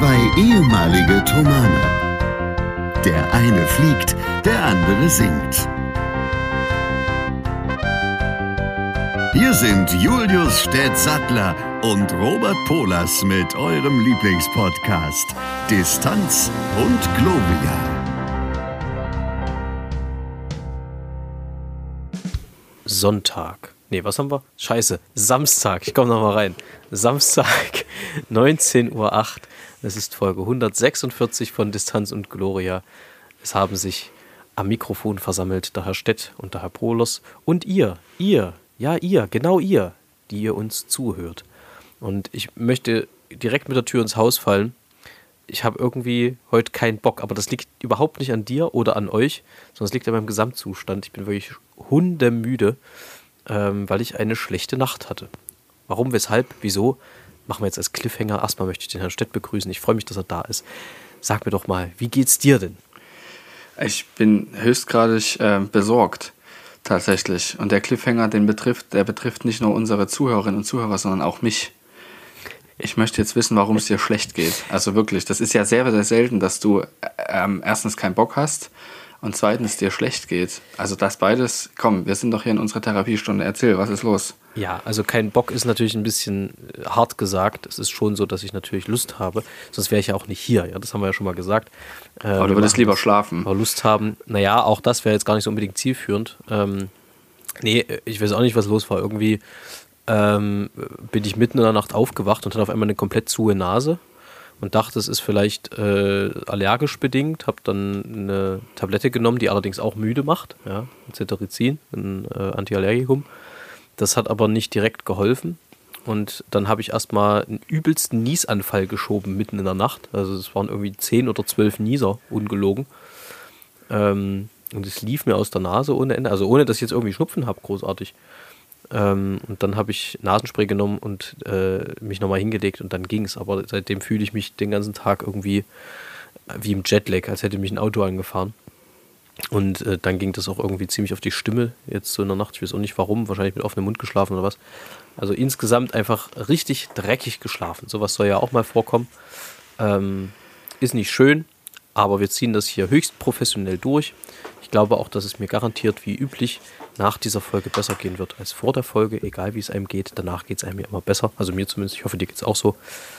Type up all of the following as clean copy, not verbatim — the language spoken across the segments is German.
Zwei ehemalige Tomane. Der eine fliegt, der andere singt. Hier sind Julius Städtsattler und Robert Polas mit eurem Lieblingspodcast Distanz und Globia. Sonntag. Nee, was haben wir? Scheiße, Samstag. Ich komme nochmal rein. Samstag, 19:08 Uhr. Es ist Folge 146 von Distanz und Gloria. Es haben sich am Mikrofon versammelt der Herr Stett und der Herr Polos und ihr, genau ihr, die ihr uns zuhört. Und ich möchte direkt mit der Tür ins Haus fallen. Ich habe irgendwie heute keinen Bock, aber das liegt überhaupt nicht an dir oder an euch, sondern es liegt an meinem Gesamtzustand. Ich bin wirklich hundemüde, weil ich eine schlechte Nacht hatte. Warum, weshalb, wieso? Machen wir jetzt als Cliffhanger. Erstmal möchte ich den Herrn Stett begrüßen. Ich freue mich, dass er da ist. Sag mir doch mal, wie geht's dir denn? Ich bin höchstgradig besorgt, tatsächlich. Und der Cliffhanger, der betrifft nicht nur unsere Zuhörerinnen und Zuhörer, sondern auch mich. Ich möchte jetzt wissen, warum es dir schlecht geht. Also wirklich, das ist ja sehr, sehr selten, dass du erstens keinen Bock hast und zweitens dir schlecht geht. Also das beides, komm, wir sind doch hier in unserer Therapiestunde. Erzähl, was ist los? Ja, also kein Bock ist natürlich ein bisschen hart gesagt. Es ist schon so, dass ich natürlich Lust habe. Sonst wäre ich ja auch nicht hier. Ja, das haben wir ja schon mal gesagt. Aber du würdest lieber schlafen. Aber Lust haben. Naja, auch das wäre jetzt gar nicht so unbedingt zielführend. Nee, ich weiß auch nicht, was los war. Irgendwie bin ich mitten in der Nacht aufgewacht und hatte auf einmal eine komplett zuhe Nase und dachte, es ist vielleicht allergisch bedingt. Habe dann eine Tablette genommen, die allerdings auch müde macht. Ja, Cetirizin, ein Antiallergikum. Das hat aber nicht direkt geholfen. Und dann habe ich erstmal einen übelsten Niesanfall geschoben mitten in der Nacht. Also es waren irgendwie 10 oder 12 Nieser, ungelogen. Und es lief mir aus der Nase ohne Ende. Also ohne, dass ich jetzt irgendwie Schnupfen habe, großartig. Und dann habe ich Nasenspray genommen und mich nochmal hingelegt und dann ging es. Aber seitdem fühle ich mich den ganzen Tag irgendwie wie im Jetlag, als hätte mich ein Auto angefahren. Und dann ging das auch irgendwie ziemlich auf die Stimme jetzt so in der Nacht. Ich weiß auch nicht warum, wahrscheinlich mit offenem Mund geschlafen oder was. Also insgesamt einfach richtig dreckig geschlafen. Sowas soll ja auch mal vorkommen. Ist nicht schön, aber wir ziehen das hier höchst professionell durch. Ich glaube auch, dass es mir garantiert wie üblich nach dieser Folge besser gehen wird als vor der Folge, egal wie es einem geht. Danach geht es einem ja immer besser, also mir zumindest, ich hoffe, dir geht es auch so.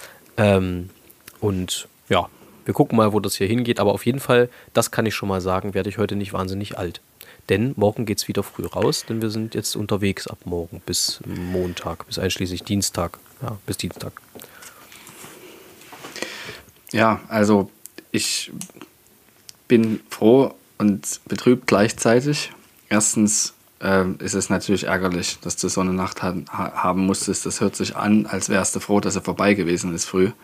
Und ja, wir gucken mal, wo das hier hingeht, aber auf jeden Fall, das kann ich schon mal sagen, werde ich heute nicht wahnsinnig alt. Denn morgen geht es wieder früh raus, denn wir sind jetzt unterwegs ab morgen bis Montag, bis einschließlich Dienstag. Ja, bis Dienstag. Ja, also ich bin froh und betrübt gleichzeitig. Erstens ist es natürlich ärgerlich, dass du so eine Nacht haben musstest. Das hört sich an, als wärst du froh, dass er vorbei gewesen ist früh.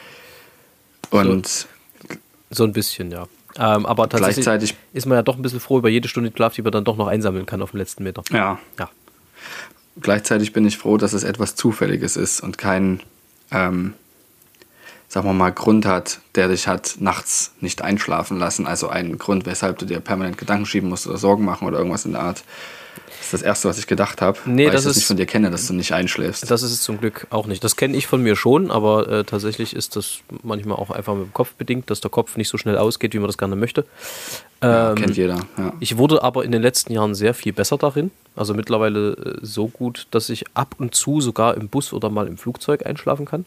Und so ein bisschen, ja. Aber tatsächlich gleichzeitig ist man ja doch ein bisschen froh über jede Stunde Schlaf, die man dann doch noch einsammeln kann auf dem letzten Meter. Ja. Gleichzeitig bin ich froh, dass es etwas Zufälliges ist und kein, sagen wir mal, Grund hat, der dich hat nachts nicht einschlafen lassen. Also einen Grund, weshalb du dir permanent Gedanken schieben musst oder Sorgen machen oder irgendwas in der Art. Das ist das Erste, was ich gedacht habe, weil ich das nicht von dir kenne, dass du nicht einschläfst. Das ist es zum Glück auch nicht. Das kenne ich von mir schon, aber tatsächlich ist das manchmal auch einfach mit dem Kopf bedingt, dass der Kopf nicht so schnell ausgeht, wie man das gerne möchte. Kennt jeder. Ja. Ich wurde aber in den letzten Jahren sehr viel besser darin. Also mittlerweile so gut, dass ich ab und zu sogar im Bus oder mal im Flugzeug einschlafen kann.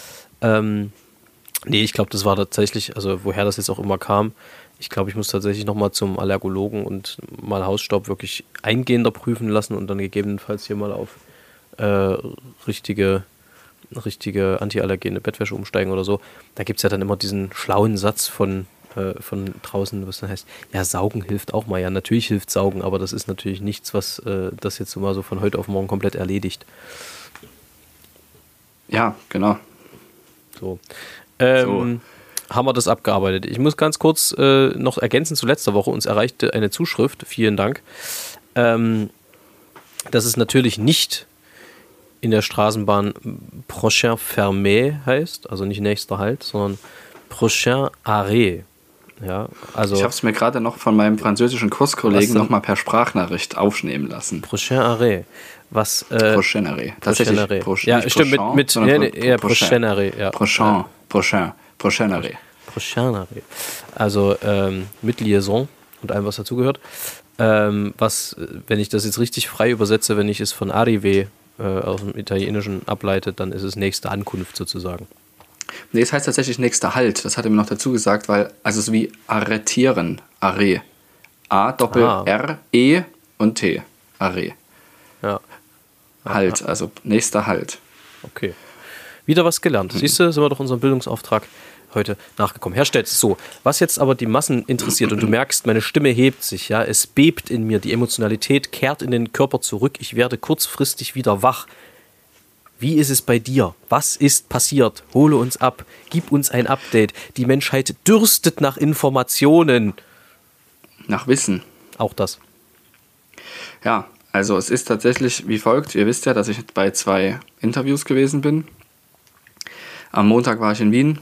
Nee, ich glaube, das war tatsächlich, also woher das jetzt auch immer kam, ich glaube, ich muss tatsächlich nochmal zum Allergologen und mal Hausstaub wirklich eingehender prüfen lassen und dann gegebenenfalls hier mal auf richtige antiallergene Bettwäsche umsteigen oder so. Da gibt es ja dann immer diesen schlauen Satz von draußen, was dann heißt, ja, Saugen hilft auch mal. Ja, natürlich hilft Saugen, aber das ist natürlich nichts, was das jetzt so mal so von heute auf morgen komplett erledigt. Ja, genau. So. Haben wir das abgearbeitet. Ich muss ganz kurz noch ergänzen zu letzter Woche. Uns erreichte eine Zuschrift, vielen Dank, dass es natürlich nicht in der Straßenbahn Prochain Fermé heißt, also nicht nächster Halt, sondern Prochain Arrêt. Ja, also ich habe es mir gerade noch von meinem französischen Kurskollegen nochmal per Sprachnachricht aufnehmen lassen. Prochain Arrêt. Prochain Arrêt. Tatsächlich. Ja, stimmt, mit Prochain Arrêt. Ja. Prochain. Prochaine. Also mit Liaison und allem, was dazugehört. Was, wenn ich das jetzt richtig frei übersetze, wenn ich es von Arrivé aus dem Italienischen ableite, dann ist es nächste Ankunft sozusagen. Nee, es heißt tatsächlich nächster Halt. Das hat er mir noch dazu gesagt, weil, also es ist wie arretieren. Arrêt. A-Doppel-R-E und T. Arrêt. Ja. Halt, also nächster Halt. Okay. Wieder was gelernt. Siehst du, sind wir doch unserem Bildungsauftrag heute nachgekommen. Herr Stelz, so, was jetzt aber die Massen interessiert und du merkst, meine Stimme hebt sich, ja, es bebt in mir, die Emotionalität kehrt in den Körper zurück, ich werde kurzfristig wieder wach. Wie ist es bei dir? Was ist passiert? Hole uns ab, gib uns ein Update. Die Menschheit dürstet nach Informationen. Nach Wissen. Auch das. Ja, also es ist tatsächlich wie folgt. Ihr wisst ja, dass ich bei 2 Interviews gewesen bin. Am Montag war ich in Wien.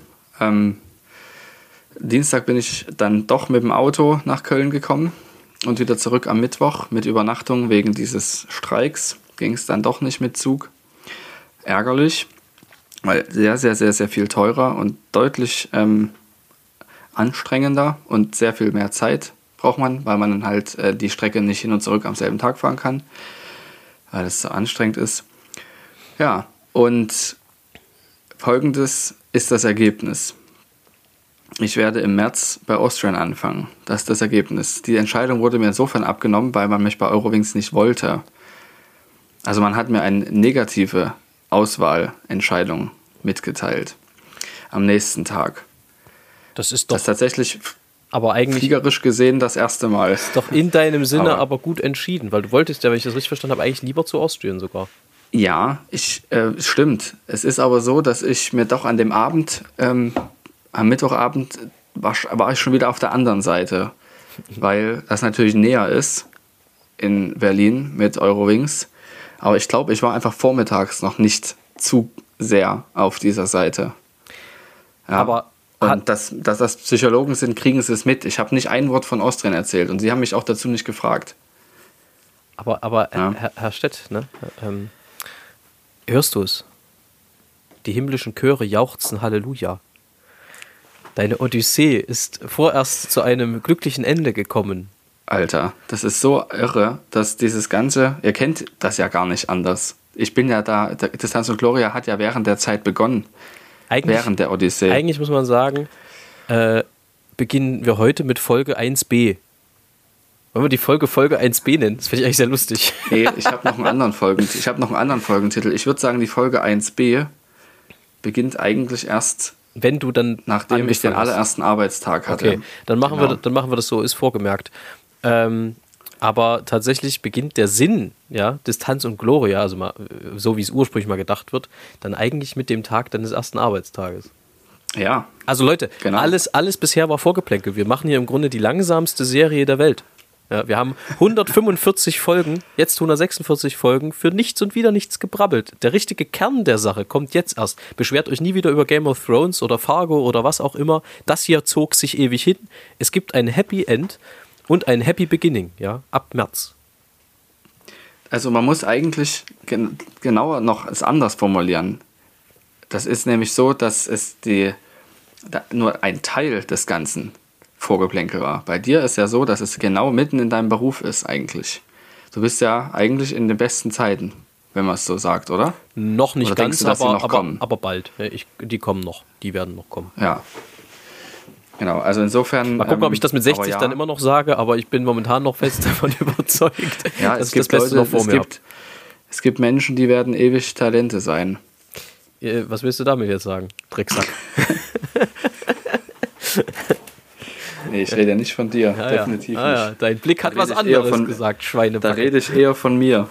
Dienstag bin ich dann doch mit dem Auto nach Köln gekommen und wieder zurück am Mittwoch mit Übernachtung wegen dieses Streiks. Ging es dann doch nicht mit Zug. Ärgerlich, weil sehr, sehr, sehr, sehr viel teurer und deutlich anstrengender und sehr viel mehr Zeit braucht man, weil man dann halt die Strecke nicht hin und zurück am selben Tag fahren kann, weil es so anstrengend ist. Ja, und folgendes ist das Ergebnis. Ich werde im März bei Austrian anfangen. Das ist das Ergebnis. Die Entscheidung wurde mir insofern abgenommen, weil man mich bei Eurowings nicht wollte. Also man hat mir eine negative Auswahlentscheidung mitgeteilt am nächsten Tag. Das ist doch das ist tatsächlich aber eigentlich fliegerisch gesehen das erste Mal. Ist doch in deinem Sinne aber gut entschieden, weil du wolltest ja, wenn ich das richtig verstanden habe, eigentlich lieber zu Austrian sogar. Ja, stimmt. Es ist aber so, dass ich mir doch an dem Abend, am Mittwochabend, war ich schon wieder auf der anderen Seite, weil das natürlich näher ist in Berlin mit Eurowings. Aber ich glaube, ich war einfach vormittags noch nicht zu sehr auf dieser Seite. Ja. Aber und dass das Psychologen sind, kriegen sie es mit. Ich habe nicht ein Wort von Austrian erzählt und sie haben mich auch dazu nicht gefragt. Aber Ja. Herr Stett, ne? Hörst du es? Die himmlischen Chöre jauchzen Halleluja. Deine Odyssee ist vorerst zu einem glücklichen Ende gekommen. Alter, das ist so irre, dass dieses Ganze, ihr kennt das ja gar nicht anders. Ich bin ja da, Distanz und Gloria hat ja während der Zeit begonnen. Während der Odyssee. Eigentlich muss man sagen, beginnen wir heute mit Folge 1b. Wollen wir die Folge 1b nennen? Das finde ich eigentlich sehr lustig. Nee, ich habe noch einen anderen Folgentitel. Ich würde sagen, die Folge 1b beginnt eigentlich erst, wenn du dann nachdem ich den allerersten Arbeitstag hatte. Okay, dann machen wir das so, ist vorgemerkt. Aber tatsächlich beginnt der Sinn, ja, Distanz und Gloria, also mal, so wie es ursprünglich mal gedacht wird, dann eigentlich mit dem Tag deines ersten Arbeitstages. Ja. Also Leute, genau. alles bisher war Vorgeplänkel. Wir machen hier im Grunde die langsamste Serie der Welt. Ja, wir haben 145 Folgen, jetzt 146 Folgen, für nichts und wieder nichts gebrabbelt. Der richtige Kern der Sache kommt jetzt erst. Beschwert euch nie wieder über Game of Thrones oder Fargo oder was auch immer. Das hier zog sich ewig hin. Es gibt ein Happy End und ein Happy Beginning, ja, ab März. Also man muss eigentlich genauer noch es anders formulieren. Das ist nämlich so, dass es nur ein Teil des Ganzen Vorgeplänkel war. Bei dir ist ja so, dass es genau mitten in deinem Beruf ist eigentlich. Du bist ja eigentlich in den besten Zeiten, wenn man es so sagt, oder? Noch nicht oder ganz, denkst du, aber bald. Die kommen noch, die werden noch kommen. Ja. Genau, also insofern... Mal gucken, ob ich das mit 60 dann immer noch sage, aber ich bin momentan noch fest davon überzeugt, ja, dass ich das Beste noch vor mir habe. Es gibt Menschen, die werden ewig Talente sein. Was willst du damit jetzt sagen, Drecksack? Nee, ich rede ja nicht von dir, ja, definitiv nicht. Ja. Dein Blick hat was anderes gesagt, Schweinebacke. Da rede ich eher von mir.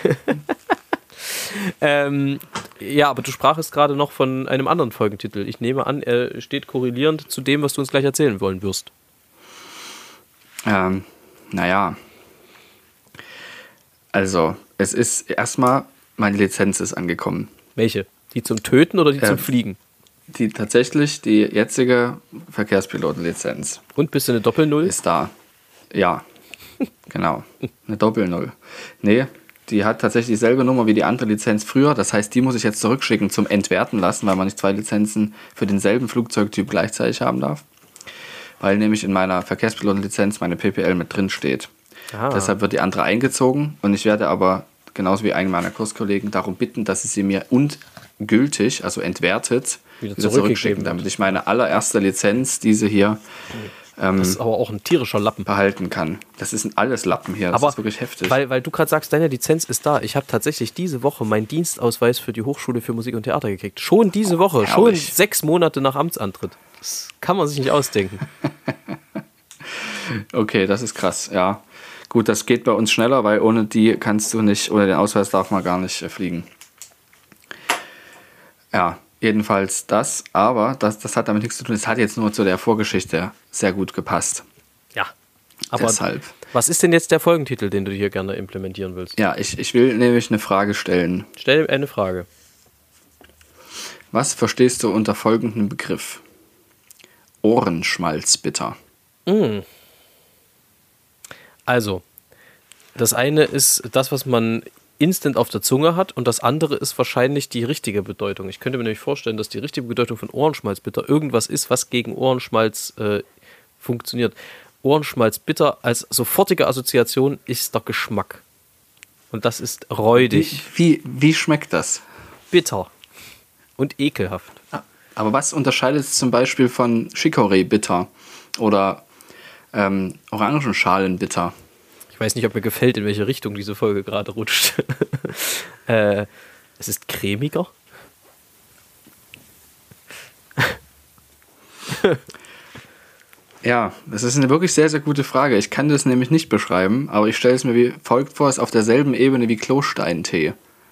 Ja, aber du sprachest gerade noch von einem anderen Folgentitel. Ich nehme an, er steht korrelierend zu dem, was du uns gleich erzählen wollen wirst. Naja. Also, es ist erstmal, meine Lizenz ist angekommen. Welche? Die zum Töten oder die zum Fliegen? Die jetzige Verkehrspilotenlizenz. Und bist du eine Doppel-Null? Ist da. Ja, genau. Eine Doppel-Null. Nee, die hat tatsächlich dieselbe Nummer wie die andere Lizenz früher. Das heißt, die muss ich jetzt zurückschicken zum Entwerten lassen, weil man nicht 2 Lizenzen für denselben Flugzeugtyp gleichzeitig haben darf. Weil nämlich in meiner Verkehrspilotenlizenz meine PPL mit drin steht. Deshalb wird die andere eingezogen und ich werde aber genauso wie einen meiner Kurskollegen darum bitten, dass sie mir ungültig, also entwertet, wieder zurückschicken, damit ich meine allererste Lizenz, diese hier, das ist aber auch ein tierischer Lappen, behalten kann. Das sind alles Lappen hier, das aber ist wirklich heftig. Weil du gerade sagst, deine Lizenz ist da. Ich habe tatsächlich diese Woche meinen Dienstausweis für die Hochschule für Musik und Theater gekriegt. Schon diese Woche, schon 6 Monate nach Amtsantritt. Das kann man sich nicht ausdenken. Okay, das ist krass, ja. Gut, das geht bei uns schneller, weil ohne die kannst du nicht, ohne den Ausweis darf man gar nicht fliegen. Ja, jedenfalls das, aber das hat damit nichts zu tun. Es hat jetzt nur zu der Vorgeschichte sehr gut gepasst. Ja, aber deshalb. Was ist denn jetzt der Folgentitel, den du hier gerne implementieren willst? Ja, ich will nämlich eine Frage stellen. Stell eine Frage. Was verstehst du unter folgendem Begriff? Ohrenschmalzbitter. Also, das eine ist das, was man instant auf der Zunge hat und das andere ist wahrscheinlich die richtige Bedeutung. Ich könnte mir nämlich vorstellen, dass die richtige Bedeutung von Ohrenschmalzbitter irgendwas ist, was gegen Ohrenschmalz funktioniert. Ohrenschmalzbitter als sofortige Assoziation ist der Geschmack. Und das ist räudig. Wie schmeckt das? Bitter. Und ekelhaft. Aber was unterscheidet es zum Beispiel von Chicorée-Bitter oder Orangenschalenbitter? Ich weiß nicht, ob mir gefällt, in welche Richtung diese Folge gerade rutscht. Es ist cremiger. Ja, das ist eine wirklich sehr, sehr gute Frage. Ich kann das nämlich nicht beschreiben, aber ich stelle es mir wie folgt vor, es ist auf derselben Ebene wie Klosteintee.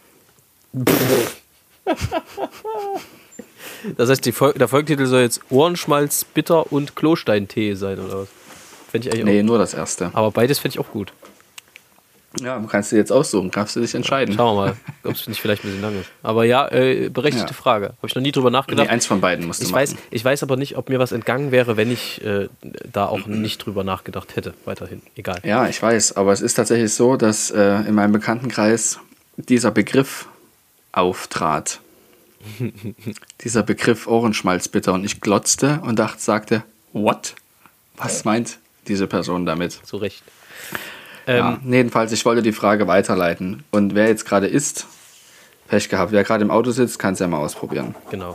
Das heißt, der Folgetitel soll jetzt Ohrenschmalz, Bitter und Klosteintee sein, oder was? Fänd ich eigentlich auch. Nur das erste. Aber beides fände ich auch gut. Ja, kannst du jetzt aussuchen, kannst du dich entscheiden. Schauen wir mal, ob es nicht vielleicht ein bisschen lang ist. Aber ja, berechtigte Frage. Habe ich noch nie drüber nachgedacht. Nee, eins von beiden musst du machen. Ich weiß aber nicht, ob mir was entgangen wäre, wenn ich da auch nicht drüber nachgedacht hätte. Weiterhin, egal. Ja, ich weiß, aber es ist tatsächlich so, dass in meinem Bekanntenkreis dieser Begriff auftrat. Dieser Begriff Ohrenschmalzbitter. Und ich glotzte und sagte, what? Was meint diese Person damit? Zu Recht. Jedenfalls, ich wollte die Frage weiterleiten. Und wer jetzt gerade isst, Pech gehabt. Wer gerade im Auto sitzt, kann es ja mal ausprobieren. Genau.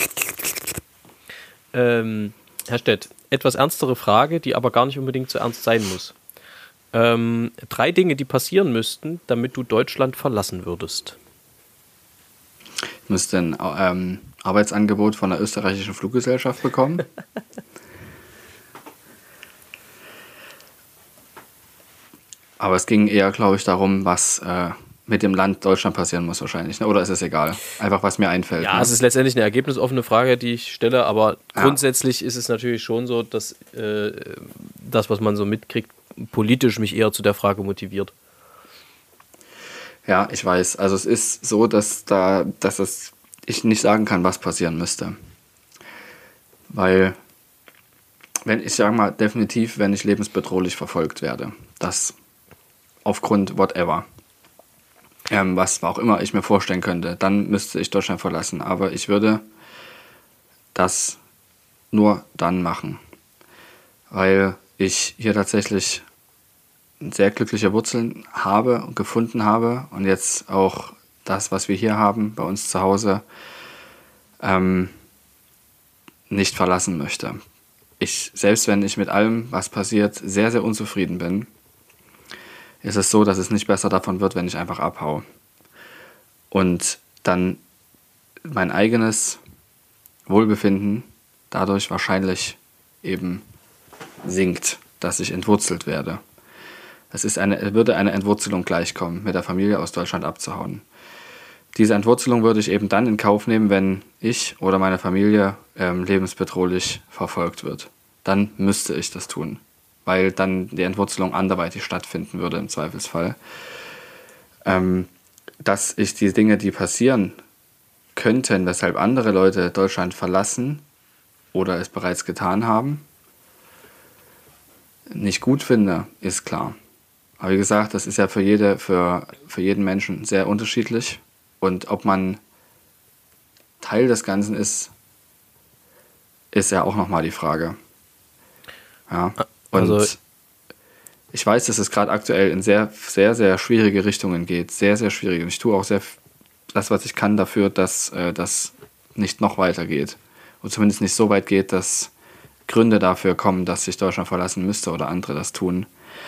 Herr Stett, etwas ernstere Frage, die aber gar nicht unbedingt so ernst sein muss. 3 Dinge, die passieren müssten, damit du Deutschland verlassen würdest. Ich müsste ein Arbeitsangebot von der österreichischen Fluggesellschaft bekommen. Aber es ging eher, glaube ich, darum, was mit dem Land Deutschland passieren muss wahrscheinlich. Ne? Oder ist es egal? Einfach, was mir einfällt. Ja, ne? Es ist letztendlich eine ergebnisoffene Frage, die ich stelle, aber grundsätzlich ist es natürlich schon so, dass das, was man so mitkriegt, politisch mich eher zu der Frage motiviert. Ja, ich weiß. Also es ist so, dass ich nicht sagen kann, was passieren müsste. Weil, wenn ich lebensbedrohlich verfolgt werde, das aufgrund whatever, was auch immer ich mir vorstellen könnte, dann müsste ich Deutschland verlassen. Aber ich würde das nur dann machen, weil ich hier tatsächlich sehr glückliche Wurzeln habe und gefunden habe und jetzt auch das, was wir hier haben, bei uns zu Hause, nicht verlassen möchte. Selbst wenn ich mit allem, was passiert, sehr, sehr unzufrieden bin, ist es so, dass es nicht besser davon wird, wenn ich einfach abhaue. Und dann mein eigenes Wohlbefinden dadurch wahrscheinlich eben sinkt, dass ich entwurzelt werde. Würde eine Entwurzelung gleichkommen, mit der Familie aus Deutschland abzuhauen. Diese Entwurzelung würde ich eben dann in Kauf nehmen, wenn ich oder meine Familie lebensbedrohlich verfolgt wird. Dann müsste ich das tun, weil dann die Entwurzelung anderweitig stattfinden würde im Zweifelsfall. Dass ich die Dinge, die passieren könnten, weshalb andere Leute Deutschland verlassen oder es bereits getan haben, nicht gut finde, ist klar. Aber wie gesagt, das ist ja für jeden Menschen sehr unterschiedlich. Und ob man Teil des Ganzen ist ja auch nochmal die Frage. Ja. Und Also, ich weiß, dass es gerade aktuell in sehr, sehr, sehr schwierige Richtungen geht. Sehr, sehr schwierige. Und ich tue auch das, was ich kann dafür, dass das nicht noch weiter geht. Und zumindest nicht so weit geht, dass Gründe dafür kommen, dass sich Deutschland verlassen müsste oder andere das tun.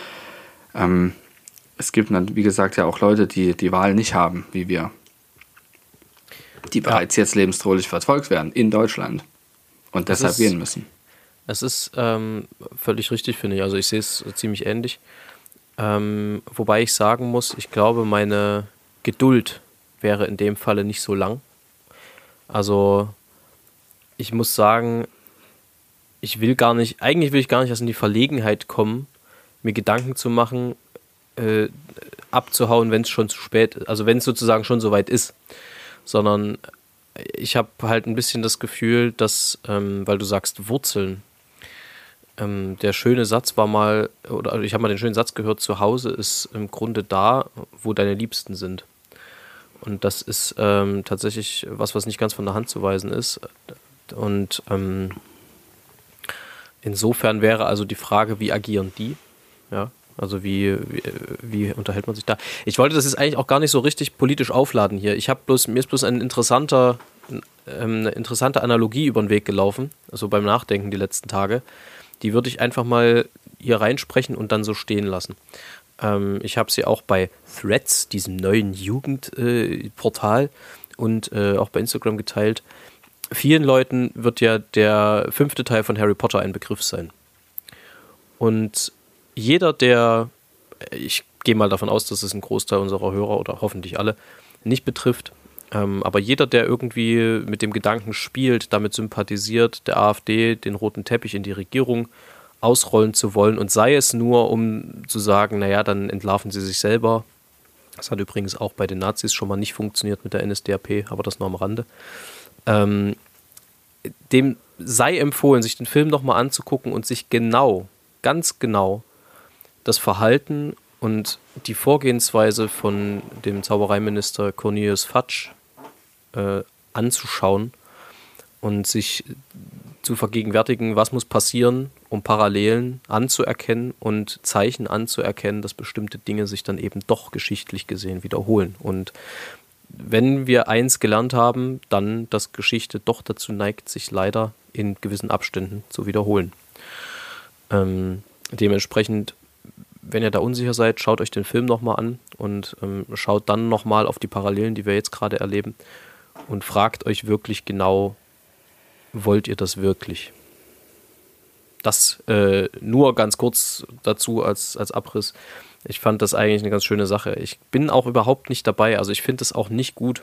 Es gibt, wie gesagt, ja auch Leute, die die Wahl nicht haben, wie wir. Die bereits jetzt lebensdrohlich verfolgt werden in Deutschland und deshalb gehen müssen. Es ist völlig richtig, finde ich. Also ich sehe es ziemlich ähnlich. Wobei ich sagen muss, ich glaube, meine Geduld wäre in dem Falle nicht so lang. Also ich muss sagen, eigentlich will ich gar nicht erst in die Verlegenheit kommen, mir Gedanken zu machen, abzuhauen, wenn es schon zu spät ist. Also wenn es sozusagen schon soweit ist. Sondern ich habe halt ein bisschen das Gefühl, dass, weil du sagst Wurzeln, der schöne Satz war mal, oder ich habe mal den schönen Satz gehört, zu Hause ist im Grunde da, wo deine Liebsten sind. Und das ist tatsächlich was nicht ganz von der Hand zu weisen ist. Und insofern wäre also die Frage, wie agieren die? Ja, also wie unterhält man sich da? Ich wollte das jetzt eigentlich auch gar nicht so richtig politisch aufladen hier. Mir ist bloß eine interessante Analogie über den Weg gelaufen, also beim Nachdenken die letzten Tage. Die würde ich einfach mal hier reinsprechen und dann so stehen lassen. Ich habe sie auch bei Threads, diesem neuen Jugendportal, und auch bei Instagram geteilt. Vielen Leuten wird ja der 5. Teil von Harry Potter ein Begriff sein. Und jeder, ich gehe mal davon aus, dass es einen Großteil unserer Hörer oder hoffentlich alle nicht betrifft, aber jeder, der irgendwie mit dem Gedanken spielt, damit sympathisiert, der AfD den roten Teppich in die Regierung ausrollen zu wollen, und sei es nur, um zu sagen, naja, dann entlarven sie sich selber. Das hat übrigens auch bei den Nazis schon mal nicht funktioniert mit der NSDAP, aber das nur am Rande. Dem sei empfohlen, sich den Film nochmal anzugucken und sich ganz genau das Verhalten und die Vorgehensweise von dem Zaubereiminister Cornelius Fudge anzuschauen und sich zu vergegenwärtigen, was muss passieren, um Parallelen anzuerkennen und Zeichen anzuerkennen, dass bestimmte Dinge sich dann eben doch geschichtlich gesehen wiederholen. Und wenn wir eins gelernt haben, dann, dass Geschichte doch dazu neigt, sich leider in gewissen Abständen zu wiederholen. Dementsprechend, wenn ihr da unsicher seid, schaut euch den Film nochmal an und schaut dann nochmal auf die Parallelen, die wir jetzt gerade erleben, und fragt euch wirklich genau, wollt ihr das wirklich? Das nur ganz kurz dazu als Abriss. Ich fand das eigentlich eine ganz schöne Sache. Ich bin auch überhaupt nicht dabei, also ich finde es auch nicht gut,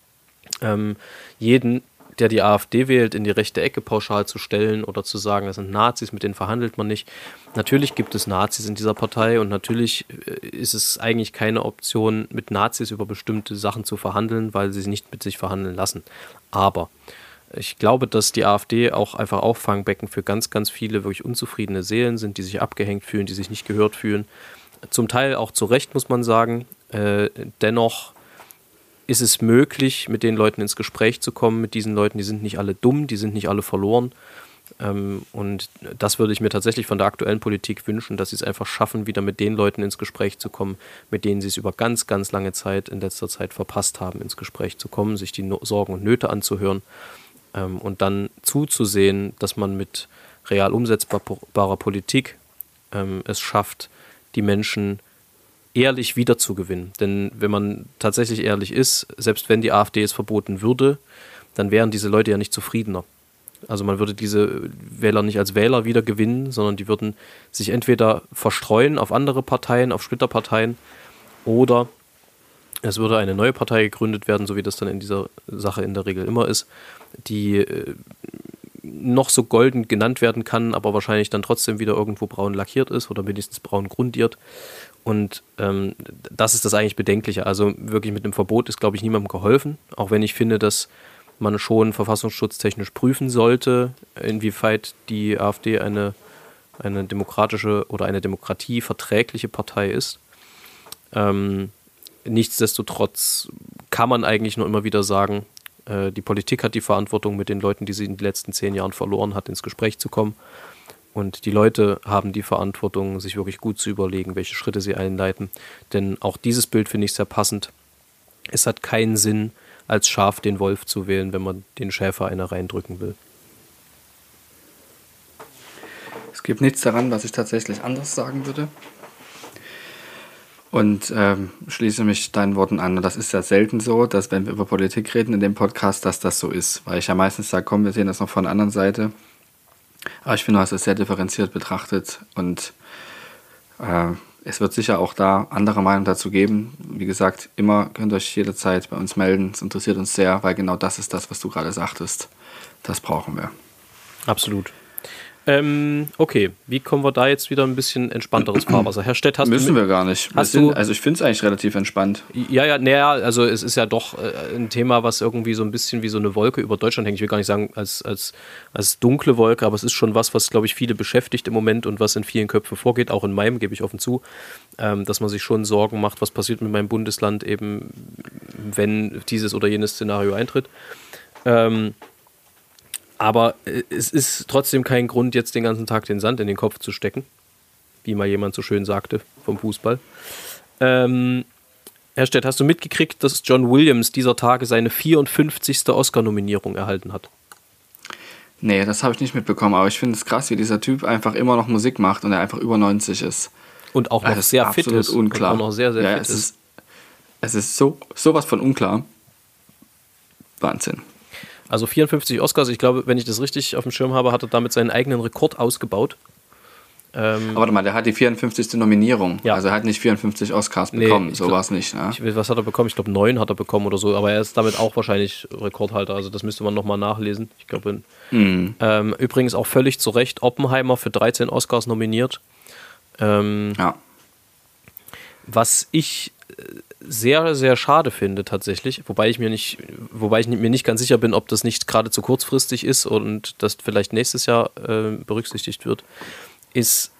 jeden, der die AfD wählt, in die rechte Ecke pauschal zu stellen oder zu sagen, das sind Nazis, mit denen verhandelt man nicht. Natürlich gibt es Nazis in dieser Partei und natürlich ist es eigentlich keine Option, mit Nazis über bestimmte Sachen zu verhandeln, weil sie nicht mit sich verhandeln lassen. Aber ich glaube, dass die AfD auch einfach Auffangbecken für ganz, ganz viele wirklich unzufriedene Seelen sind, die sich abgehängt fühlen, die sich nicht gehört fühlen. Zum Teil auch zu Recht, muss man sagen. Dennoch ist es möglich, mit den Leuten ins Gespräch zu kommen, mit diesen Leuten, die sind nicht alle dumm, die sind nicht alle verloren. Und das würde ich mir tatsächlich von der aktuellen Politik wünschen, dass sie es einfach schaffen, wieder mit den Leuten ins Gespräch zu kommen, mit denen sie es über ganz, ganz lange Zeit in letzter Zeit verpasst haben, ins Gespräch zu kommen, sich die Sorgen und Nöte anzuhören und dann zuzusehen, dass man mit real umsetzbarer Politik es schafft, die Menschen ehrlich wiederzugewinnen. Denn wenn man tatsächlich ehrlich ist, selbst wenn die AfD es verboten würde, dann wären diese Leute ja nicht zufriedener. Also man würde diese Wähler nicht als Wähler wiedergewinnen, sondern die würden sich entweder verstreuen auf andere Parteien, auf Splitterparteien, oder es würde eine neue Partei gegründet werden, so wie das dann in dieser Sache in der Regel immer ist, die noch so golden genannt werden kann, aber wahrscheinlich dann trotzdem wieder irgendwo braun lackiert ist oder wenigstens braun grundiert. Und das ist das eigentlich Bedenkliche. Also wirklich mit einem Verbot ist, glaube ich, niemandem geholfen, auch wenn ich finde, dass man schon verfassungsschutztechnisch prüfen sollte, inwieweit die AfD eine demokratische oder eine demokratieverträgliche Partei ist. Nichtsdestotrotz kann man eigentlich nur immer wieder sagen, die Politik hat die Verantwortung, mit den Leuten, die sie in den letzten 10 Jahren verloren hat, ins Gespräch zu kommen. Und die Leute haben die Verantwortung, sich wirklich gut zu überlegen, welche Schritte sie einleiten. Denn auch dieses Bild finde ich sehr passend. Es hat keinen Sinn, als Schaf den Wolf zu wählen, wenn man den Schäfer eine reindrücken will. Es gibt nichts daran, was ich tatsächlich anders sagen würde. Und schließe mich deinen Worten an. Und das ist ja selten so, dass wenn wir über Politik reden in dem Podcast, dass das so ist. Weil ich ja meistens sage, komm, wir sehen das noch von der anderen Seite. Aber ich finde, du hast es sehr differenziert betrachtet. Und es wird sicher auch da andere Meinungen dazu geben. Wie gesagt, immer könnt ihr euch jederzeit bei uns melden. Es interessiert uns sehr, weil genau das ist das, was du gerade sagtest. Das brauchen wir. Absolut. Okay, wie kommen wir da jetzt wieder ein bisschen entspannteres Fahrwasser? Herr Stett, müssen wir gar nicht. Also ich finde es eigentlich relativ entspannt. Ja, also es ist ja doch ein Thema, was irgendwie so ein bisschen wie so eine Wolke über Deutschland hängt. Ich will gar nicht sagen als dunkle Wolke, aber es ist schon was, glaube ich, viele beschäftigt im Moment und was in vielen Köpfen vorgeht, auch in meinem, gebe ich offen zu, dass man sich schon Sorgen macht, was passiert mit meinem Bundesland eben, wenn dieses oder jenes Szenario eintritt. Aber es ist trotzdem kein Grund, jetzt den ganzen Tag den Sand in den Kopf zu stecken, wie mal jemand so schön sagte vom Fußball. Herr Stett, hast du mitgekriegt, dass John Williams dieser Tage seine 54. Oscar-Nominierung erhalten hat? Nee, das habe ich nicht mitbekommen, aber ich finde es krass, wie dieser Typ einfach immer noch Musik macht und er einfach über 90 ist. Und auch noch sehr fit ist. Unklar. Und auch noch sehr fit ist. Es ist sowas von unklar. Wahnsinn. Also 54 Oscars, ich glaube, wenn ich das richtig auf dem Schirm habe, hat er damit seinen eigenen Rekord ausgebaut. Aber warte mal, der hat die 54. Nominierung. Ja. Also er hat nicht 54 Oscars bekommen, so war es nicht. Ne? Was hat er bekommen? Ich glaube 9 hat er bekommen oder so, aber er ist damit auch wahrscheinlich Rekordhalter, also das müsste man nochmal nachlesen. Ich glaube, übrigens auch völlig zu Recht Oppenheimer für 13 Oscars nominiert. Ja. Was ich sehr, sehr schade finde tatsächlich, wobei ich mir nicht ganz sicher bin, ob das nicht gerade zu kurzfristig ist und das vielleicht nächstes Jahr berücksichtigt wird, ist,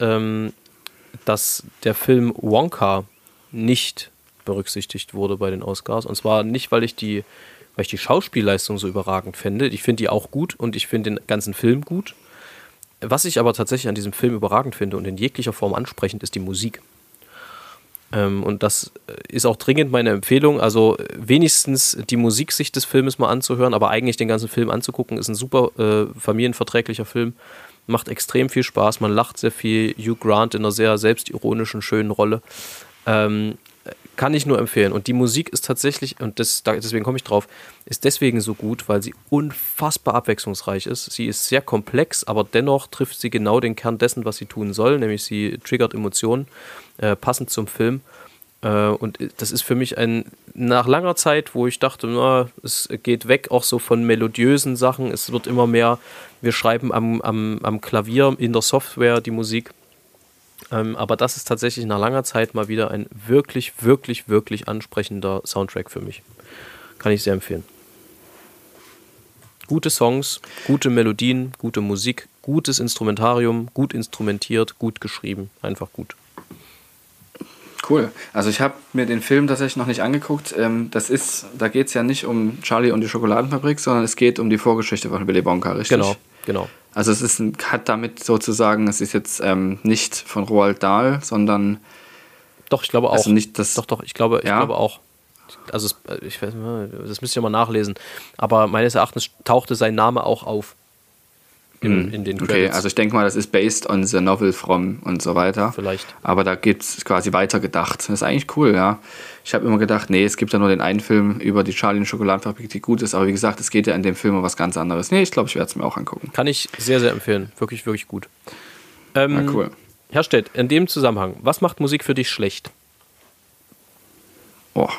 dass der Film Wonka nicht berücksichtigt wurde bei den Oscars. Und zwar nicht, weil ich die Schauspielleistung so überragend finde. Ich finde die auch gut und ich finde den ganzen Film gut. Was ich aber tatsächlich an diesem Film überragend finde und in jeglicher Form ansprechend, ist die Musik. Und das ist auch dringend meine Empfehlung, also wenigstens die Musiksicht des Filmes mal anzuhören, aber eigentlich den ganzen Film anzugucken, ist ein super familienverträglicher Film, macht extrem viel Spaß, man lacht sehr viel, Hugh Grant in einer sehr selbstironischen, schönen Rolle, kann ich nur empfehlen. Und die Musik ist tatsächlich, und deswegen komme ich drauf, ist deswegen so gut, weil sie unfassbar abwechslungsreich ist. Sie ist sehr komplex, aber dennoch trifft sie genau den Kern dessen, was sie tun soll, nämlich sie triggert Emotionen, passend zum Film. Und das ist für mich nach langer Zeit, wo ich dachte, es geht weg auch so von melodiösen Sachen, es wird immer mehr, wir schreiben am Klavier in der Software die Musik. Aber das ist tatsächlich nach langer Zeit mal wieder ein wirklich, wirklich, wirklich ansprechender Soundtrack für mich. Kann ich sehr empfehlen. Gute Songs, gute Melodien, gute Musik, gutes Instrumentarium, gut instrumentiert, gut geschrieben, einfach gut. Cool. Also ich habe mir den Film tatsächlich noch nicht angeguckt. Da geht es ja nicht um Charlie und die Schokoladenfabrik, sondern es geht um die Vorgeschichte von Willy Wonka, richtig? Genau. Also es hat damit sozusagen, es ist jetzt nicht von Roald Dahl, sondern... Doch, ich glaube auch. Also nicht das, ich glaube auch. Also ich weiß nicht, das müsst ihr mal nachlesen. Aber meines Erachtens tauchte sein Name auch auf in den Credits. Okay, also ich denke mal, das ist based on the novel from und so weiter. Vielleicht. Aber da gibt es quasi weitergedacht. Das ist eigentlich cool, ja. Ich habe immer gedacht, nee, es gibt ja nur den einen Film über die Charlie und die Schokoladenfabrik, die gut ist. Aber wie gesagt, es geht ja in dem Film um was ganz anderes. Nee, ich glaube, ich werde es mir auch angucken. Kann ich sehr, sehr empfehlen. Wirklich, wirklich gut. Cool. Herr Stett, in dem Zusammenhang, was macht Musik für dich schlecht? Oh.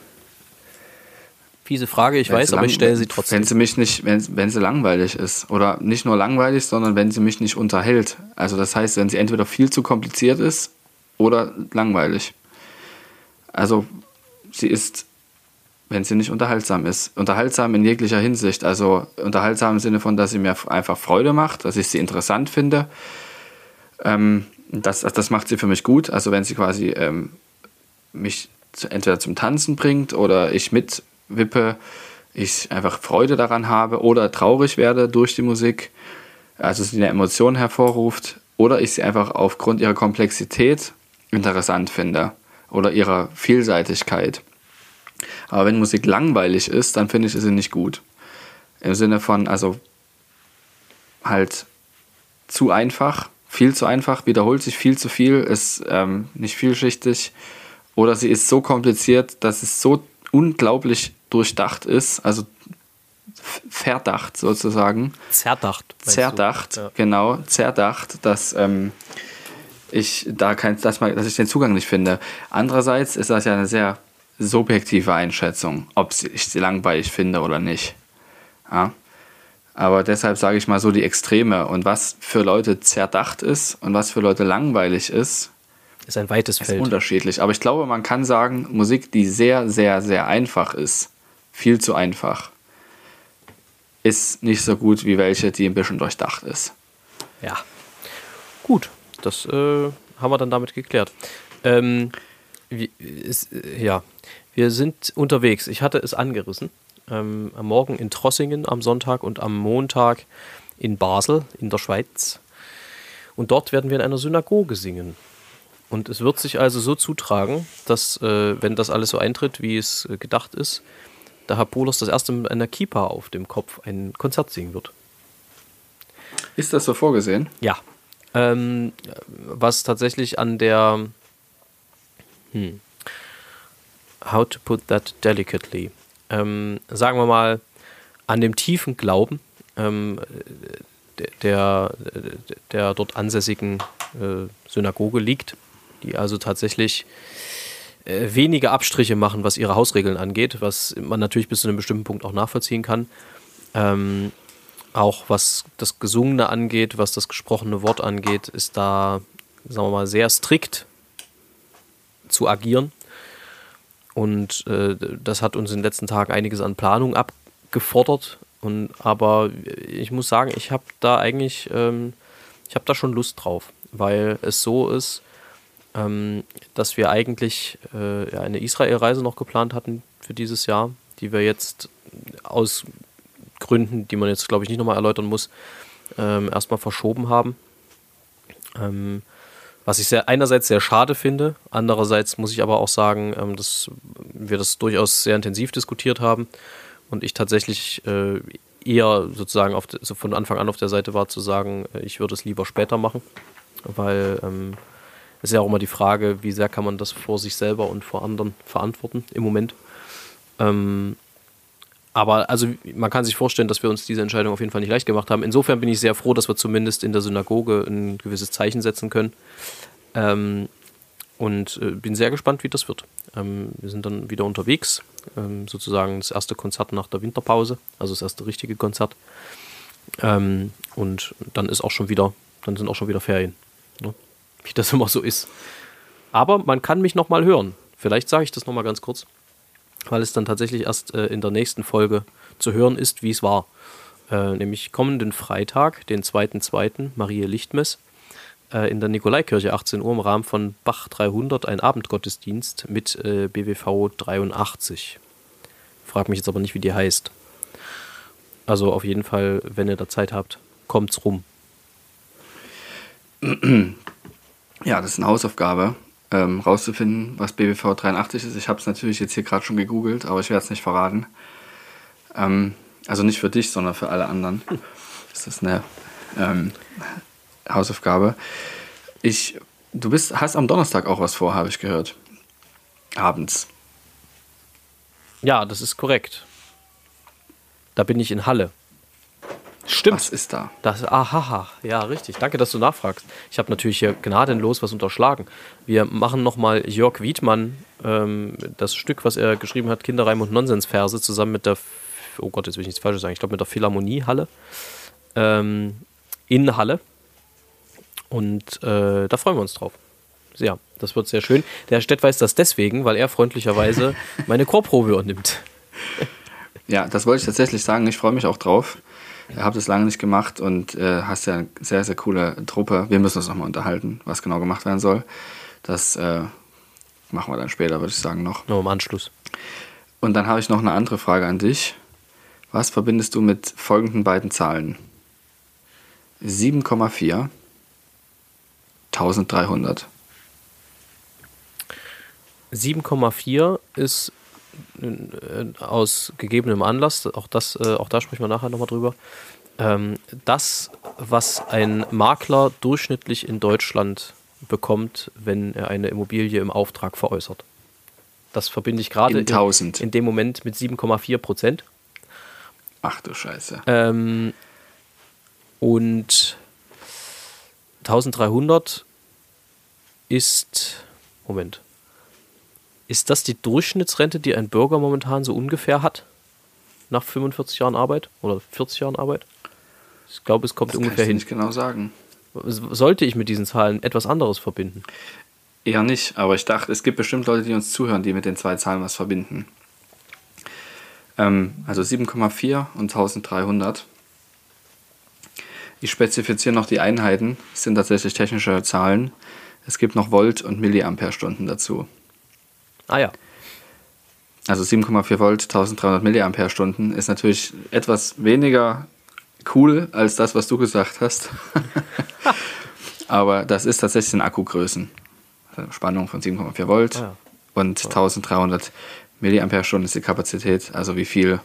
Fiese Frage, ich weiß, aber ich stelle sie trotzdem. Wenn sie langweilig ist. Oder nicht nur langweilig, sondern wenn sie mich nicht unterhält. Also das heißt, wenn sie entweder viel zu kompliziert ist oder langweilig. Also sie ist, wenn sie nicht unterhaltsam ist. Unterhaltsam in jeglicher Hinsicht. Also unterhaltsam im Sinne von, dass sie mir einfach Freude macht, dass ich sie interessant finde. Das macht sie für mich gut. Also wenn sie quasi mich entweder zum Tanzen bringt oder ich mitwippe, ich einfach Freude daran habe oder traurig werde durch die Musik, also sie eine Emotion hervorruft, oder ich sie einfach aufgrund ihrer Komplexität interessant finde oder ihrer Vielseitigkeit. Aber wenn Musik langweilig ist, dann finde ich sie nicht gut. Im Sinne von, also halt zu einfach, viel zu einfach, wiederholt sich viel zu viel, ist nicht vielschichtig, oder sie ist so kompliziert, dass es so unglaublich durchdacht ist, also verdacht sozusagen. Zerdacht. Ja. Genau, zerdacht, dass ich den Zugang nicht finde. Andererseits ist das ja eine sehr subjektive Einschätzung, ob ich sie langweilig finde oder nicht. Ja? Aber deshalb sage ich mal so die Extreme. Und was für Leute zerdacht ist und was für Leute langweilig ist ein weites Feld. Ist unterschiedlich. Aber ich glaube, man kann sagen, Musik, die sehr, sehr, sehr einfach ist, viel zu einfach, ist nicht so gut wie welche, die ein bisschen durchdacht ist. Ja, gut. Das haben wir dann damit geklärt. Wir sind unterwegs. Ich hatte es angerissen. Am Morgen in Trossingen am Sonntag und am Montag in Basel in der Schweiz. Und dort werden wir in einer Synagoge singen. Und es wird sich also so zutragen, dass, wenn das alles so eintritt, wie es gedacht ist, der Herr Pohlers das erste mit einer Kippa auf dem Kopf ein Konzert singen wird. Ist das so vorgesehen? Ja. Was tatsächlich an der how to put that delicately, sagen wir mal, an dem tiefen Glauben der dort ansässigen Synagoge liegt, die also tatsächlich wenige Abstriche machen, was ihre Hausregeln angeht, was man natürlich bis zu einem bestimmten Punkt auch nachvollziehen kann. Auch was das Gesungene angeht, was das gesprochene Wort angeht, ist da, sagen wir mal, sehr strikt zu agieren. Und das hat uns in den letzten Tagen einiges an Planung abgefordert. Aber ich muss sagen, ich habe da eigentlich, ich habe da schon Lust drauf, weil es so ist, dass wir eigentlich eine Israel-Reise noch geplant hatten für dieses Jahr, die wir jetzt aus Gründen, die man jetzt, glaube ich, nicht nochmal erläutern muss, erstmal verschoben haben. Was ich einerseits sehr schade finde, andererseits muss ich aber auch sagen, dass wir das durchaus sehr intensiv diskutiert haben und ich tatsächlich eher sozusagen von Anfang an auf der Seite war, zu sagen, ich würde es lieber später machen, weil es ist ja auch immer die Frage, wie sehr kann man das vor sich selber und vor anderen verantworten im Moment. Aber also man kann sich vorstellen, dass wir uns diese Entscheidung auf jeden Fall nicht leicht gemacht haben. Insofern bin ich sehr froh, dass wir zumindest in der Synagoge ein gewisses Zeichen setzen können. Und bin sehr gespannt, wie das wird. Wir sind dann wieder unterwegs, sozusagen das erste Konzert nach der Winterpause, also das erste richtige Konzert. Und dann sind auch schon wieder Ferien, ne? Wie das immer so ist. Aber man kann mich nochmal hören. Vielleicht sage ich das nochmal ganz kurz, weil es dann tatsächlich erst in der nächsten Folge zu hören ist, wie es war. Nämlich kommenden Freitag, den 2.2., Marie Lichtmess, in der Nikolaikirche 18 Uhr im Rahmen von Bach 300, ein Abendgottesdienst mit BWV 83. Frag mich jetzt aber nicht, wie die heißt. Also auf jeden Fall, wenn ihr da Zeit habt, kommt's rum. Ja, das ist eine Hausaufgabe, rauszufinden, was BWV 83 ist. Ich habe es natürlich jetzt hier gerade schon gegoogelt, aber ich werde es nicht verraten. Also nicht für dich, sondern für alle anderen. Das ist eine Hausaufgabe. Du hast am Donnerstag auch was vor, habe ich gehört. Abends. Ja, das ist korrekt. Da bin ich in Halle. Stimmt. Was ist da? Ja, richtig. Danke, dass du nachfragst. Ich habe natürlich hier gnadenlos was unterschlagen. Wir machen nochmal Jörg Wiedmann, das Stück, was er geschrieben hat, Kinderreim und Nonsensverse, zusammen mit der, oh Gott, jetzt will ich nichts Falsches sagen, ich glaube mit der Philharmonie Halle, in Halle. Und da freuen wir uns drauf. Ja, das wird sehr schön. Der Herr Stett weiß das deswegen, weil er freundlicherweise meine Chorprobe übernimmt. Ja, das wollte ich tatsächlich sagen. Ich freue mich auch drauf. Ich habe das lange nicht gemacht und hast ja eine sehr, sehr coole Truppe. Wir müssen uns nochmal unterhalten, was genau gemacht werden soll. Das machen wir dann später, würde ich sagen, noch. Nur im Anschluss. Und dann habe ich noch eine andere Frage an dich. Was verbindest du mit folgenden beiden Zahlen? 7,4, 1300. 7,4 ist aus gegebenem Anlass, auch da sprechen wir nachher nochmal drüber, das, was ein Makler durchschnittlich in Deutschland bekommt, wenn er eine Immobilie im Auftrag veräußert. Das verbinde ich gerade in dem Moment mit 7,4%. Ach du Scheiße. Und 1300 ist, Moment, ist das die Durchschnittsrente, die ein Bürger momentan so ungefähr hat? Nach 45 Jahren Arbeit oder 40 Jahren Arbeit? Ich glaube, es kommt ungefähr hin. Das kann ich nicht genau sagen. Sollte ich mit diesen Zahlen etwas anderes verbinden? Eher nicht, aber ich dachte, es gibt bestimmt Leute, die uns zuhören, die mit den zwei Zahlen was verbinden. Also 7,4 und 1300. Ich spezifiziere noch die Einheiten. Das sind tatsächlich technische Zahlen. Es gibt noch Volt und Milliampere-Stunden dazu. Ah ja. Also 7,4 Volt, 1300 Milliampere-Stunden ist natürlich etwas weniger cool als das, was du gesagt hast. Aber das ist tatsächlich in Akkugrößen. Also Spannung von 7,4 Volt und 1300 Milliampere-Stunden ist die Kapazität, also wie viel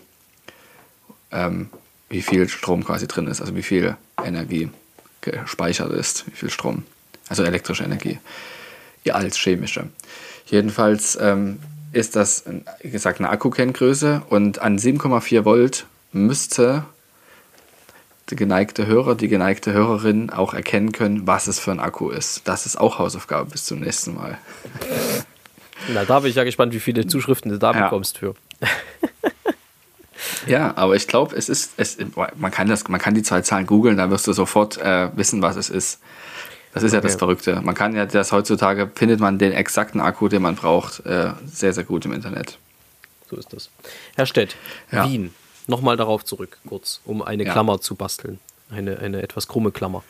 Strom quasi drin ist, also wie viel Energie gespeichert ist, wie viel Strom, also elektrische Energie, ja, als chemische. Jedenfalls ist das, wie gesagt, eine Akkukenngröße und an 7,4 Volt müsste der geneigte Hörer, die geneigte Hörerin auch erkennen können, was es für ein Akku ist. Das ist auch Hausaufgabe bis zum nächsten Mal. Na, da bin ich ja gespannt, wie viele Zuschriften du da bekommst für. Ja, aber ich glaube, man kann die zwei Zahlen googeln, da wirst du sofort wissen, was es ist. Das ist ja das Verrückte. Man kann ja heutzutage findet man den exakten Akku, den man braucht, sehr, sehr gut im Internet. So ist das. Herr Stett, Wien. Nochmal darauf zurück, kurz, um eine Klammer zu basteln. Eine etwas krumme Klammer.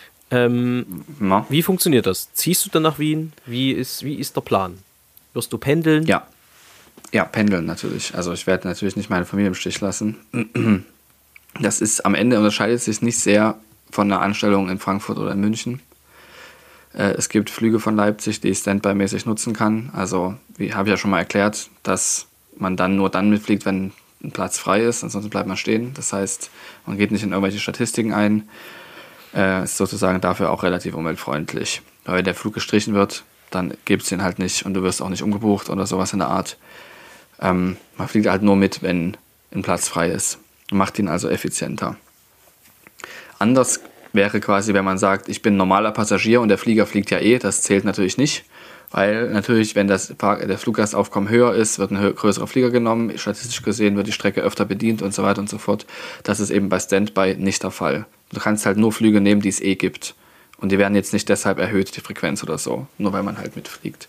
Wie funktioniert das? Ziehst du dann nach Wien? Wie ist der Plan? Wirst du pendeln? Ja, pendeln natürlich. Also ich werde natürlich nicht meine Familie im Stich lassen. Das ist am Ende unterscheidet sich nicht sehr von einer Anstellung in Frankfurt oder in München. Es gibt Flüge von Leipzig, die ich standby-mäßig nutzen kann. Also, wie habe ich ja schon mal erklärt, dass man dann nur dann mitfliegt, wenn ein Platz frei ist, ansonsten bleibt man stehen. Das heißt, man geht nicht in irgendwelche Statistiken ein. Ist sozusagen dafür auch relativ umweltfreundlich. Weil wenn der Flug gestrichen wird, dann gibt es den halt nicht und du wirst auch nicht umgebucht oder sowas in der Art. Man fliegt halt nur mit, wenn ein Platz frei ist. Macht ihn also effizienter. Anders wäre quasi, wenn man sagt, ich bin normaler Passagier und der Flieger fliegt ja das zählt natürlich nicht. Weil natürlich, wenn der Fluggastaufkommen höher ist, wird ein größerer Flieger genommen. Statistisch gesehen wird die Strecke öfter bedient und so weiter und so fort. Das ist eben bei Standby nicht der Fall. Du kannst halt nur Flüge nehmen, die es gibt. Und die werden jetzt nicht deshalb erhöht, die Frequenz oder so. Nur weil man halt mitfliegt.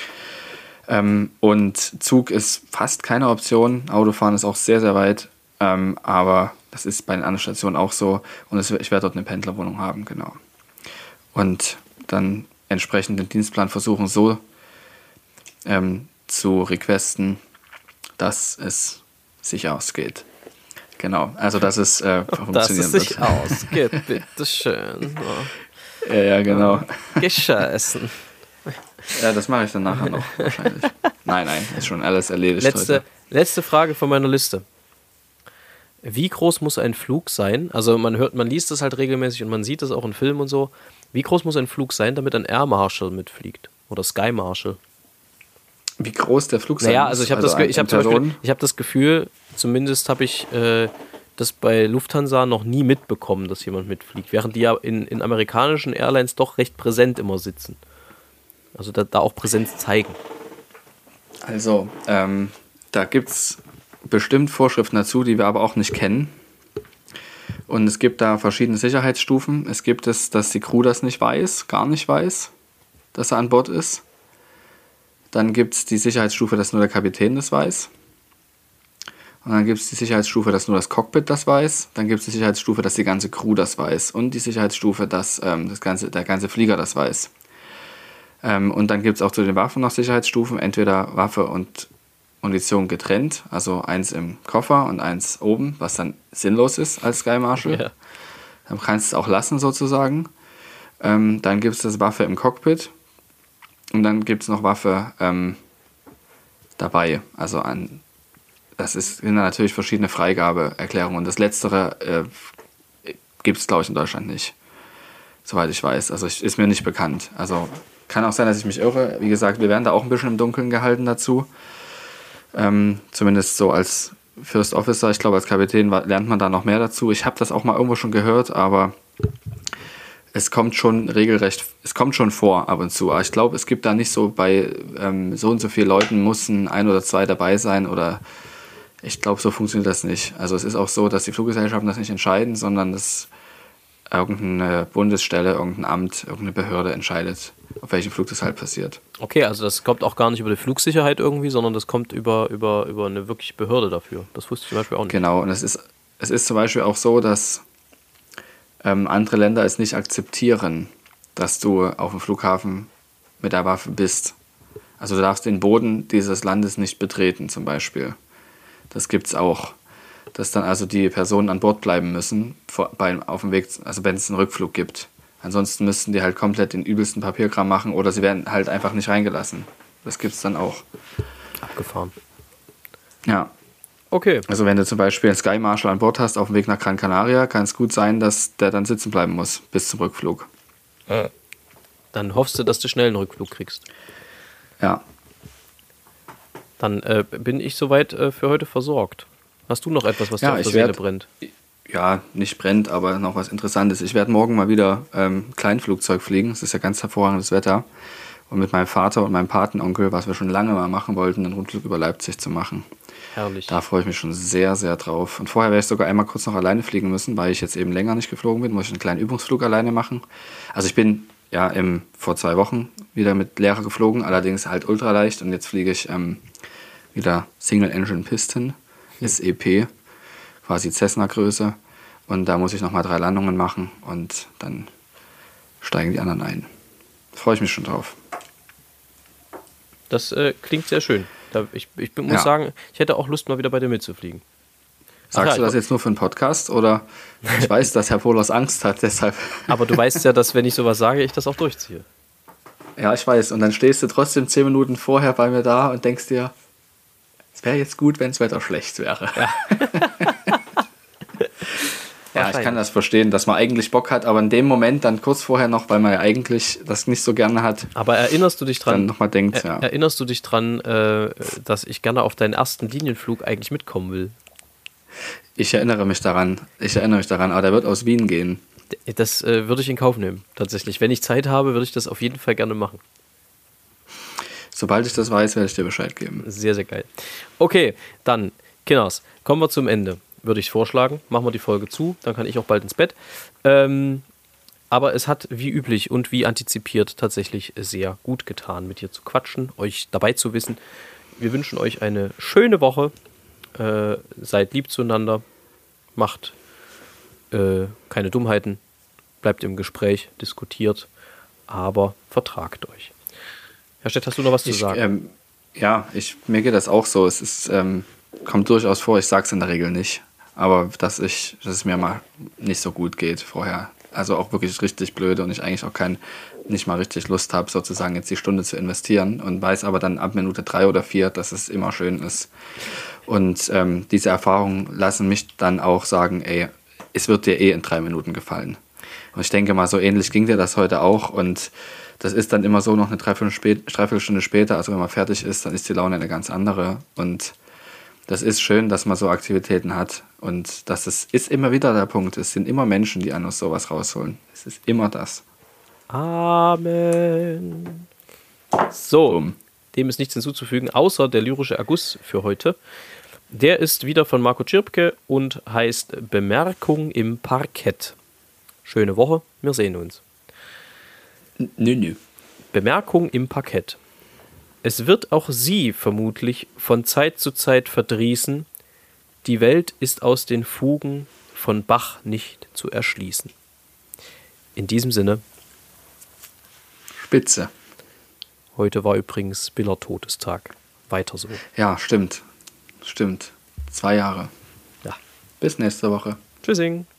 Und Zug ist fast keine Option. Autofahren ist auch sehr, sehr weit. Aber das ist bei den anderen Stationen auch so. Und ich werde dort eine Pendlerwohnung haben, genau. Und dann entsprechend den Dienstplan versuchen so zu requesten, dass es sich ausgeht. Genau, also dass es funktionieren dass es sich wird. ausgeht, bitteschön. Ja, genau. Gescheißen. Ja, das mache ich dann nachher noch wahrscheinlich. Nein, ist schon alles erledigt heute. Letzte Frage von meiner Liste. Wie groß muss ein Flug sein? Also man liest das halt regelmäßig und man sieht das auch in Filmen und so. Wie groß muss ein Flug sein, damit ein Air Marshal mitfliegt? Oder Sky Marshal? Wie groß der Flug sein muss? Naja, also ich habe das Gefühl, zumindest habe ich das bei Lufthansa noch nie mitbekommen, dass jemand mitfliegt. Während die ja in amerikanischen Airlines doch recht präsent immer sitzen. Also da auch Präsenz zeigen. Also, da gibt es bestimmt Vorschriften dazu, die wir aber auch nicht kennen. Und es gibt da verschiedene Sicherheitsstufen. Es gibt es, dass die Crew das nicht weiß, gar nicht weiß, dass er an Bord ist. Dann gibt es die Sicherheitsstufe, dass nur der Kapitän das weiß. Und dann gibt es die Sicherheitsstufe, dass nur das Cockpit das weiß. Dann gibt es die Sicherheitsstufe, dass die ganze Crew das weiß. Und die Sicherheitsstufe, dass der ganze Flieger das weiß. Und dann gibt es auch zu den Waffen noch Sicherheitsstufen, entweder Waffe und Munition getrennt, also eins im Koffer und eins oben, was dann sinnlos ist als Sky Marshal. Ja. Dann kannst du es auch lassen sozusagen. Dann gibt es das Waffe im Cockpit und dann gibt es noch Waffe dabei. Also das sind natürlich verschiedene Freigabeerklärungen. Und das Letztere gibt es, glaube ich, in Deutschland nicht, soweit ich weiß. Also ist mir nicht bekannt. Also kann auch sein, dass ich mich irre. Wie gesagt, wir werden da auch ein bisschen im Dunkeln gehalten dazu. Zumindest so als First Officer. Ich glaube, als Kapitän lernt man da noch mehr dazu. Ich habe das auch mal irgendwo schon gehört, aber es kommt schon vor ab und zu. Aber ich glaube, es gibt da nicht so bei so und so vielen Leuten müssen 1 oder 2 dabei sein oder ich glaube, so funktioniert das nicht. Also es ist auch so, dass die Fluggesellschaften das nicht entscheiden, sondern dass irgendeine Bundesstelle, irgendein Amt, irgendeine Behörde entscheidet, auf welchem Flug das halt passiert. Okay, also das kommt auch gar nicht über die Flugsicherheit irgendwie, sondern das kommt über eine wirkliche Behörde dafür. Das wusste ich zum Beispiel auch nicht. Genau, und es ist zum Beispiel auch so, dass andere Länder es nicht akzeptieren, dass du auf dem Flughafen mit der Waffe bist. Also du darfst den Boden dieses Landes nicht betreten zum Beispiel. Das gibt es auch. Dass dann also die Personen an Bord bleiben müssen, auf dem Weg, also wenn es einen Rückflug gibt. Ansonsten müssten die halt komplett den übelsten Papierkram machen oder sie werden halt einfach nicht reingelassen. Das gibt es dann auch. Abgefahren. Ja. Okay. Also wenn du zum Beispiel einen Sky Marshal an Bord hast auf dem Weg nach Gran Canaria, kann es gut sein, dass der dann sitzen bleiben muss bis zum Rückflug. Dann hoffst du, dass du schnell einen Rückflug kriegst. Ja. Dann bin ich soweit für heute versorgt. Hast du noch etwas, was dir auf der Seele brennt? Ja, nicht brennt, aber noch was Interessantes. Ich werde morgen mal wieder Kleinflugzeug fliegen. Es ist ja ganz hervorragendes Wetter. Und mit meinem Vater und meinem Patenonkel, was wir schon lange mal machen wollten, einen Rundflug über Leipzig zu machen. Herrlich. Da freue ich mich schon sehr, sehr drauf. Und vorher werde ich sogar einmal kurz noch alleine fliegen müssen, weil ich jetzt eben länger nicht geflogen bin. Muss ich einen kleinen Übungsflug alleine machen. Also ich bin ja vor 2 Wochen wieder mit Lehrer geflogen, allerdings halt ultraleicht. Und jetzt fliege ich wieder Single Engine Piston, SEP, quasi Cessna-Größe. Und da muss ich nochmal 3 Landungen machen und dann steigen die anderen ein. Da freue ich mich schon drauf. Das klingt sehr schön. Ich muss sagen, ich hätte auch Lust, mal wieder bei dir mitzufliegen. Sagst du das jetzt nur für einen Podcast oder ich weiß, dass Herr Polos Angst hat, deshalb. Aber du weißt ja, dass wenn ich sowas sage, ich das auch durchziehe. Ja, ich weiß. Und dann stehst du trotzdem 10 Minuten vorher bei mir da und denkst dir, es wäre jetzt gut, wenn das Wetter schlecht wäre. Ja. Ja, ich kann das verstehen, dass man eigentlich Bock hat, aber in dem Moment dann kurz vorher noch, weil man ja eigentlich das nicht so gerne hat. Aber erinnerst du dich dran? Dann nochmal denkt, ja. Erinnerst du dich dran, dass ich gerne auf deinen ersten Linienflug eigentlich mitkommen will? Ich erinnere mich daran, aber der wird aus Wien gehen. Das würde ich in Kauf nehmen, tatsächlich. Wenn ich Zeit habe, würde ich das auf jeden Fall gerne machen. Sobald ich das weiß, werde ich dir Bescheid geben. Sehr, sehr geil. Okay, dann, Kinders, kommen wir zum Ende. Würde ich vorschlagen. Machen wir die Folge zu, dann kann ich auch bald ins Bett. Aber es hat wie üblich und wie antizipiert tatsächlich sehr gut getan, mit dir zu quatschen, euch dabei zu wissen. Wir wünschen euch eine schöne Woche. Seid lieb zueinander. Macht keine Dummheiten. Bleibt im Gespräch, diskutiert, aber vertragt euch. Herr Stett, hast du noch was zu sagen? Mir geht das auch so. Es ist, kommt durchaus vor, ich sage es in der Regel nicht. Aber dass es mir mal nicht so gut geht vorher. Also auch wirklich richtig blöde und ich eigentlich auch nicht mal richtig Lust habe, sozusagen jetzt die Stunde zu investieren und weiß aber dann ab Minute 3 oder 4, dass es immer schön ist. Und diese Erfahrungen lassen mich dann auch sagen, ey, es wird dir in 3 Minuten gefallen. Und ich denke mal, so ähnlich ging dir das heute auch und das ist dann immer so noch eine Dreiviertelstunde später, also wenn man fertig ist, dann ist die Laune eine ganz andere und das ist schön, dass man so Aktivitäten hat und das ist immer wieder der Punkt. Es sind immer Menschen, die einen aus sowas rausholen. Es ist immer das. Amen. So, dem ist nichts hinzuzufügen, außer der lyrische Erguss für heute. Der ist wieder von Marco Tschirpke und heißt Bemerkung im Parkett. Schöne Woche, wir sehen uns. Nö. Bemerkung im Parkett. Es wird auch Sie vermutlich von Zeit zu Zeit verdrießen. Die Welt ist aus den Fugen von Bach nicht zu erschließen. In diesem Sinne. Spitze. Heute war übrigens Biller Todestag. Weiter so. Ja, stimmt. 2 Jahre. Ja. Bis nächste Woche. Tschüssing.